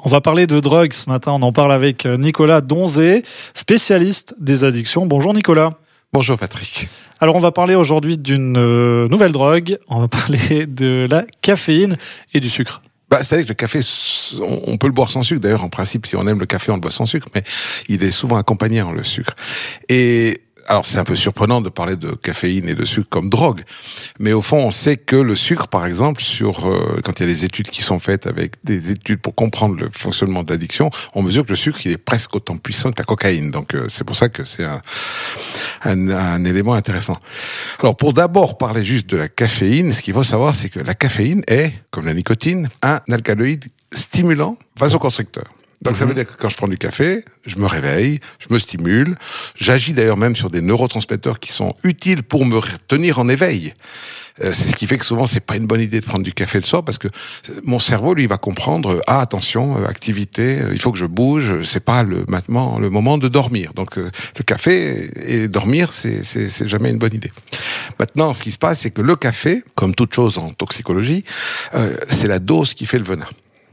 On va parler de drogue ce matin. On en parle avec Nicolas Donzé, spécialiste des addictions. Bonjour Nicolas. Bonjour Patrick. Alors on va parler aujourd'hui d'une nouvelle drogue. On va parler de la caféine et du sucre. C'est-à-dire que le café, on peut le boire sans sucre. D'ailleurs, en principe, si on aime le café, on le boit sans sucre, mais il est souvent accompagné en le sucre. Et alors, c'est un peu surprenant de parler de caféine et de sucre comme drogue, mais au fond, on sait que le sucre, par exemple, quand il y a des études qui sont faites avec des études pour comprendre le fonctionnement de l'addiction, on mesure que le sucre, il est presque autant puissant que la cocaïne. Donc, c'est pour ça que c'est un élément intéressant. Alors, pour d'abord parler juste de la caféine, ce qu'il faut savoir, c'est que la caféine est, comme la nicotine, un alcaloïde stimulant vasoconstricteur. Donc ça veut dire que quand je prends du café, je me réveille, je me stimule, j'agis d'ailleurs même sur des neurotransmetteurs qui sont utiles pour me tenir en éveil. C'est ce qui fait que souvent c'est pas une bonne idée de prendre du café le soir parce que mon cerveau lui va comprendre attention, activité, il faut que je bouge, c'est pas maintenant le moment de dormir. Donc le café et dormir c'est jamais une bonne idée. Maintenant ce qui se passe c'est que le café, comme toute chose en toxicologie, c'est la dose qui fait le venin.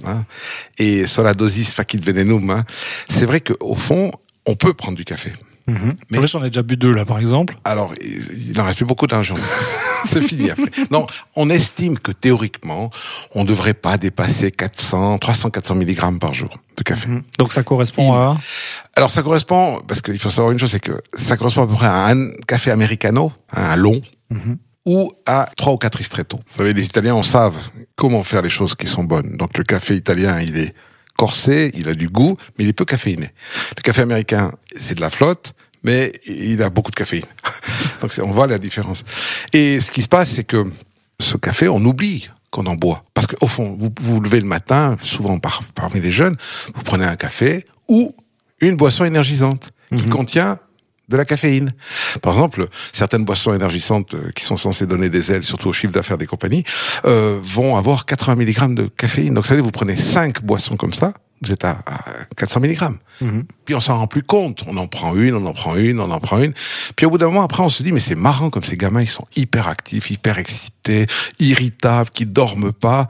Et sur la dosis facit venenum, c'est vrai qu'au fond, on peut prendre du café. Mais là, j'en ai déjà bu 2, là, par exemple. Alors, il en reste plus beaucoup dans la journée. C'est fini après. Non, on estime que théoriquement, on ne devrait pas dépasser 300-400 mg par jour de café. Donc ça correspond à... Alors ça correspond, parce qu'il faut savoir une chose, c'est que ça correspond à peu près à un café americano, un long, ou à 3 ou 4 ristretto. Vous savez, les Italiens, on savent comment faire les choses qui sont bonnes. Donc le café italien, il est corsé, il a du goût, mais il est peu caféiné. Le café américain, c'est de la flotte, mais il a beaucoup de caféine. Donc on voit la différence. Et ce qui se passe, c'est que ce café, on oublie qu'on en boit. Parce qu'au fond, vous vous levez le matin, souvent parmi les jeunes, vous prenez un café ou une boisson énergisante qui contient de la caféine. Par exemple, certaines boissons énergisantes qui sont censées donner des ailes, surtout au chiffre d'affaires des compagnies, vont avoir 80 mg de caféine. Donc, vous savez, vous prenez 5 boissons comme ça, vous êtes à 400 mg. Puis on s'en rend plus compte. On en prend une. Puis au bout d'un moment, après, on se dit, mais c'est marrant comme ces gamins, ils sont hyper actifs, hyper excités, irritables, qui dorment pas.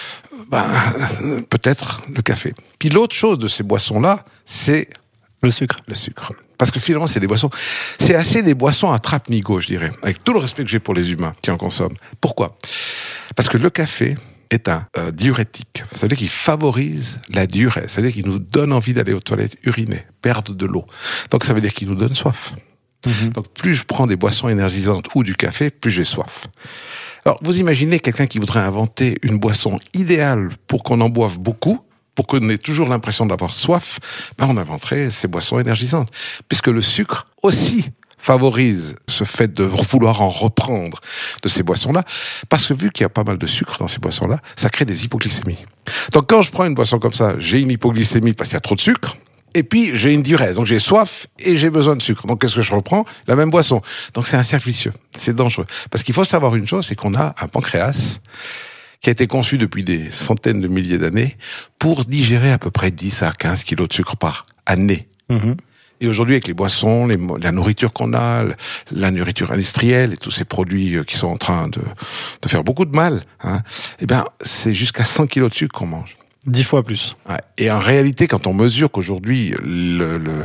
Peut-être le café. Puis l'autre chose de ces boissons-là, c'est le sucre. Parce que finalement, c'est assez des boissons à trappe-nigo, je dirais. Avec tout le respect que j'ai pour les humains qui en consomment. Pourquoi ? Parce que le café est un diurétique. Ça veut dire qu'il favorise la diurèse. Ça veut dire qu'il nous donne envie d'aller aux toilettes uriner, perdre de l'eau. Donc ça veut dire qu'il nous donne soif. Donc plus je prends des boissons énergisantes ou du café, plus j'ai soif. Alors vous imaginez quelqu'un qui voudrait inventer une boisson idéale pour qu'on en boive beaucoup, pour qu'on ait toujours l'impression d'avoir soif, on inventerait ces boissons énergisantes. Puisque le sucre aussi favorise ce fait de vouloir en reprendre de ces boissons-là, parce que vu qu'il y a pas mal de sucre dans ces boissons-là, ça crée des hypoglycémies. Donc quand je prends une boisson comme ça, j'ai une hypoglycémie parce qu'il y a trop de sucre, et puis j'ai une diurèse, donc j'ai soif et j'ai besoin de sucre. Donc qu'est-ce que je reprends ? La même boisson. Donc c'est un cercle vicieux, c'est dangereux. Parce qu'il faut savoir une chose, c'est qu'on a un pancréas qui a été conçu depuis des centaines de milliers d'années pour digérer à peu près 10 à 15 kilos de sucre par année. Et aujourd'hui, avec les boissons, la nourriture qu'on a, la nourriture industrielle et tous ces produits qui sont en train de faire beaucoup de mal, c'est jusqu'à 100 kilos de sucre qu'on mange. 10 fois plus. Ouais. Et en réalité, quand on mesure qu'aujourd'hui, le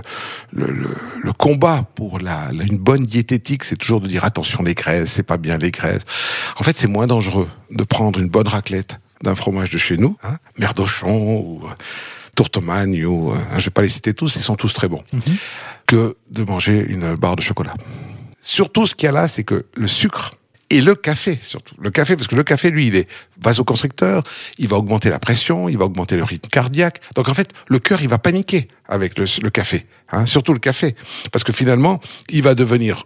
combat pour une bonne diététique, c'est toujours de dire attention les graisses, c'est pas bien les graisses. En fait, c'est moins dangereux de prendre une bonne raclette d'un fromage de chez nous, Merdochon ou Tourtemagne ou je vais pas les citer tous, ils sont tous très bons, que de manger une barre de chocolat. Surtout, ce qu'il y a là, c'est que le sucre et le café, surtout. Le café, parce que le café, lui, il est vasoconstricteur, il va augmenter la pression, il va augmenter le rythme cardiaque. Donc, en fait, le cœur, il va paniquer avec le café. Surtout le café. Parce que finalement, il va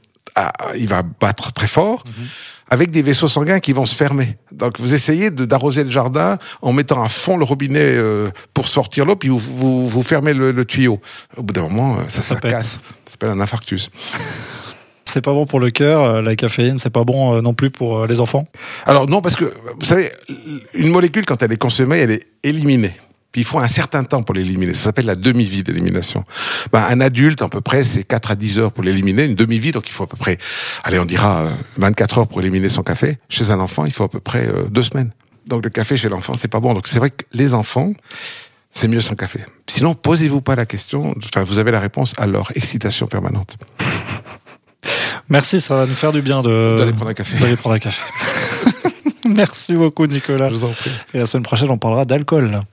battre très fort, avec des vaisseaux sanguins qui vont se fermer. Donc, vous essayez d'arroser le jardin en mettant à fond le robinet pour sortir l'eau, puis vous fermez le tuyau. Au bout d'un moment, ça casse. Ça s'appelle un infarctus. C'est pas bon pour le cœur, la caféine, c'est pas bon non plus pour les enfants ? Alors non, parce que, vous savez, une molécule, quand elle est consommée, elle est éliminée. Puis il faut un certain temps pour l'éliminer. Ça s'appelle la demi-vie d'élimination. Un adulte, à peu près, c'est 4 à 10 heures pour l'éliminer. Une demi-vie, donc il faut à peu près, on dira 24 heures pour éliminer son café. Chez un enfant, il faut à peu près 2 semaines. Donc le café chez l'enfant, c'est pas bon. Donc c'est vrai que les enfants, c'est mieux sans café. Sinon, posez-vous pas la question. Enfin, vous avez la réponse à leur excitation permanente. Merci, ça va nous faire du bien d'aller prendre un café. D'aller prendre un café. Merci beaucoup, Nicolas. Je vous en prie. Et la semaine prochaine, on parlera d'alcool.